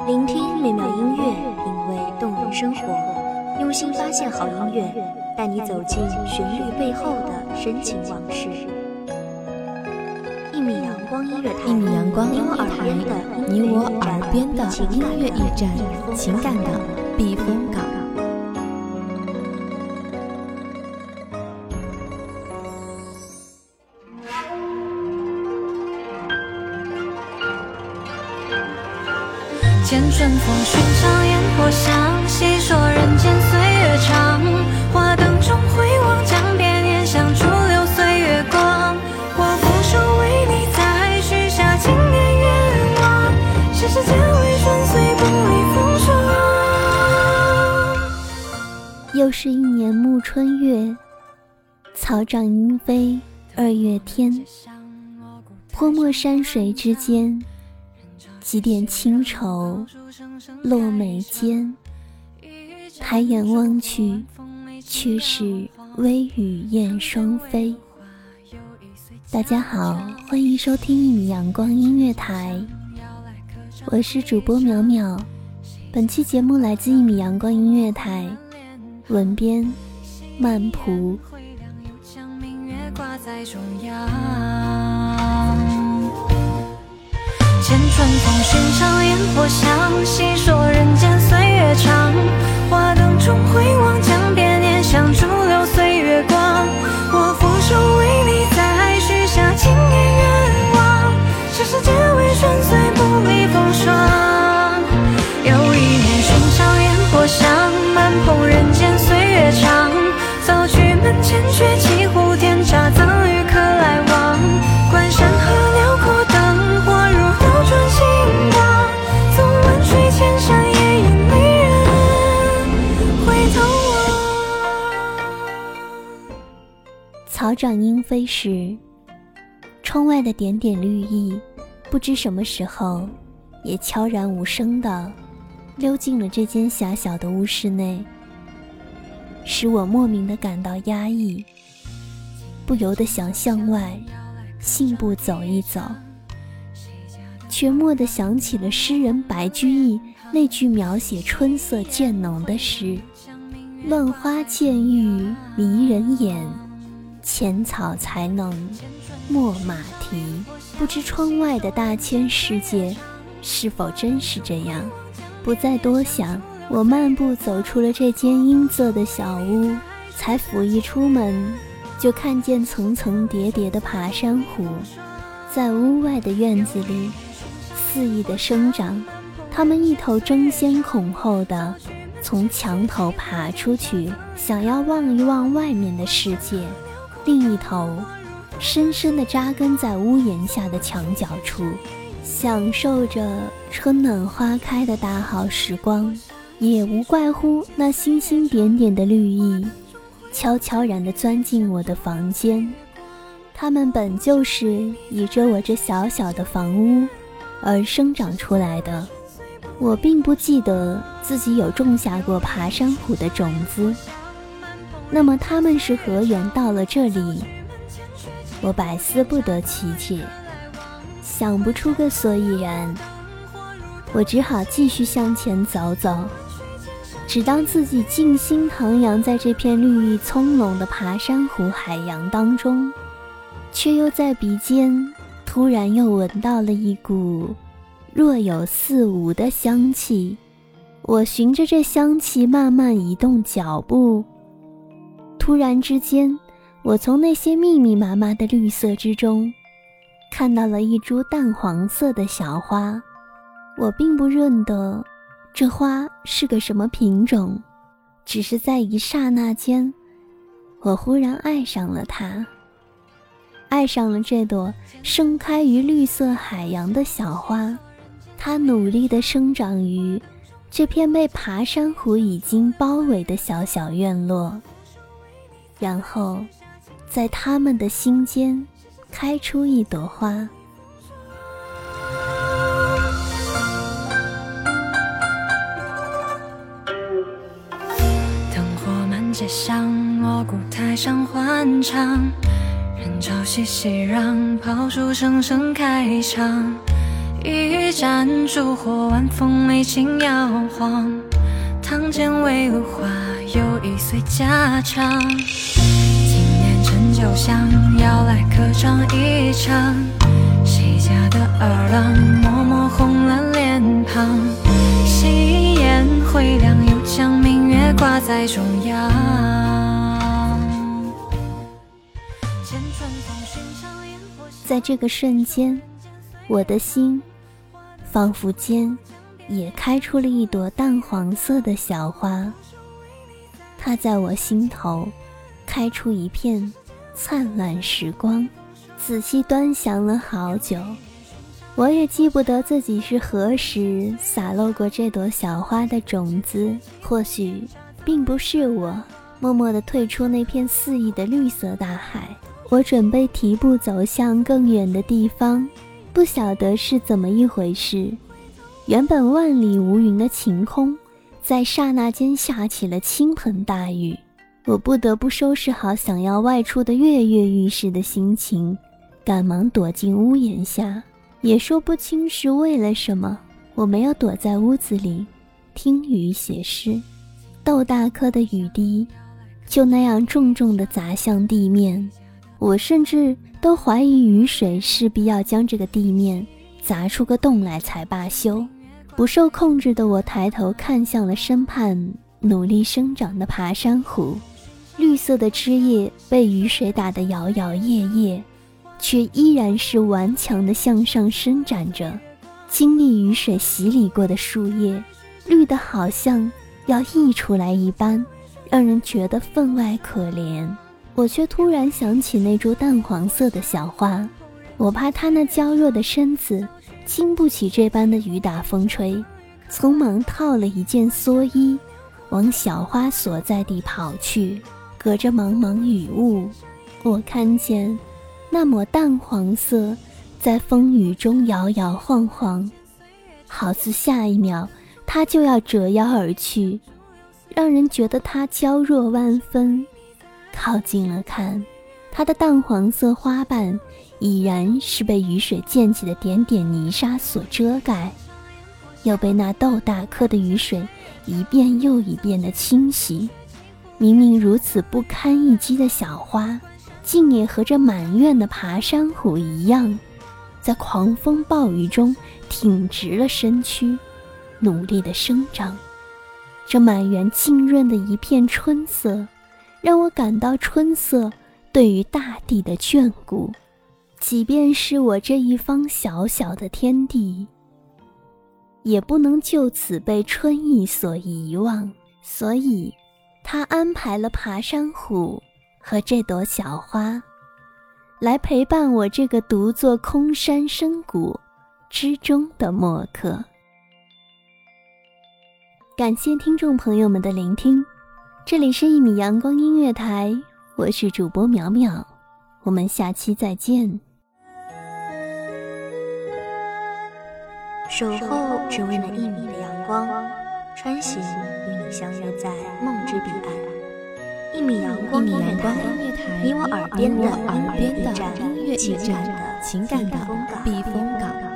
聆听美妙音乐，品味动人生活，用心发现好音乐，带你走进旋律背后的深情往事。一米阳光音乐台， 一米阳光音乐台，你我耳边的音乐驿站，情感的避风港。 见春风寻常烟火香，细说人间岁月长。花灯中回望，将别念想，逐流岁月光。我俯首为你，再许下经年愿望，世事皆为顺遂，不离风霜。 又是一年暮春月，草长莺飞2月天，泼墨山水之间，几点清愁落眉间，抬眼望去，却是微雨燕双飞。大家好，欢迎收听一米阳光音乐台，我是主播淼淼。本期节目来自一米阳光音乐台，文编曼蒲。 见春风寻常烟火香，细说人间岁月长。花灯中回望，将别念想，逐流岁月光。我俯首为你，再许下经年愿望，世事皆为顺遂，不离风霜。又一年寻常烟火香，满捧人间岁月长。早去门前，却几壶添茶，赠与客来往。观山河辽阔，灯火如流转星光。纵万水千山，也因没人回头望。 草长莺飞时，窗外的点点绿意，不知什么时候也悄然无声地溜进了这间狭小的屋室内，使我莫名地感到压抑，不由得想向外信步走一走，却蓦地想起了诗人白居易那句描写春色渐浓的诗：乱花渐欲迷人眼，浅草才能没马蹄。不知窗外的大千世界是否真是这样？不再多想，我漫步走出了这间阴昃的小屋，才甫一出门，就看见层层叠叠的爬山虎在屋外的院子里肆意的生长。它们一头争先恐后的从墙头爬出去，想要望一望外面的世界，另一头深深地扎根在屋檐下的墙角处，享受着春暖花开的大好时光，也无怪乎那星星点点的绿意悄悄然地钻进我的房间。它们本就是倚着我这小小的房屋而生长出来的。我并不记得自己有种下过爬山虎的种子，那么它们是何缘到了这里？我百思不得其解，想不出个所以然。我只好继续向前走走，直到自己静心徜徉在这片绿意葱茏的爬山虎海洋当中，却又在鼻尖突然又闻到了一股若有似无的香气。我循着这香气慢慢移动脚步，突然之间，我从那些密密麻麻的绿色之中看到了一株淡黄色的小花。我并不认得这花是个什么品种，只是在一刹那间，我忽然爱上了它，爱上了这朵盛开于绿色海洋的小花。它努力地生长于这片被爬山虎已经包围的小小院落，然后在他们的心间开出一朵花。 灯火满街巷，锣鼓台上欢唱，人潮熙熙攘，炮竹声声开场。 一盏烛火，晚风眉轻摇晃，堂前围炉花，又一岁家常。今年陈酒香，要来客唱一场。谁家的儿郎，默默红了脸庞。夕颜回亮，又将明月挂在中央。 在这个瞬间，我的心仿佛间也开出了一朵淡黄色的小花，它在我心头开出一片灿烂时光。仔细端详了好久，我也记不得自己是何时洒落过这朵小花的种子，或许并不是我，默默地退出那片肆意的绿色大海。我准备提步走向更远的地方，不晓得是怎么一回事，原本万里无云的晴空，在刹那间下起了倾盆大雨。我不得不收拾好想要外出的跃跃欲试的心情，赶忙躲进屋檐下，也说不清是为了什么。我没有躲在屋子里听雨写诗，豆大颗的雨滴就那样重重地砸向地面，我甚至都怀疑雨水势必要将这个地面砸出个洞来才罢休。不受控制的我抬头看向了身畔努力生长的爬山虎，绿色的枝叶被雨水打得摇摇曳曳，却依然是顽强地向上伸展着。经历雨水洗礼过的树叶，绿得好像要溢出来一般，让人觉得分外可怜。我却突然想起那株淡黄色的小花，我怕它那娇弱的身子经不起这般的雨打风吹，匆忙套了一件蓑衣，往小花所在地跑去。隔着茫茫雨雾，我看见那抹淡黄色在风雨中摇摇晃晃，好似下一秒它就要折腰而去，让人觉得它娇弱万分。靠近了看，它的淡黄色花瓣已然是被雨水溅起的点点泥沙所遮盖，又被那豆大颗的雨水一遍又一遍地清洗。明明如此不堪一击的小花，竟也和这满院的爬山虎一样，在狂风暴雨中挺直了身躯，努力地生长。这满园浸润的一片春色，让我感到春色对于大地的眷顾。即便是我这一方小小的天地，也不能就此被春意所遗忘。所以他安排了爬山虎和这朵小花来陪伴我这个独坐空山深谷之中的墨客。感谢听众朋友们的聆听，这里是一米阳光音乐台，我是主播淼淼，我们下期再见。 守候只为那1米的阳光，穿行与你相约在梦之彼岸。1米阳光音乐台，你我耳边的音乐驿站，情感的避风港。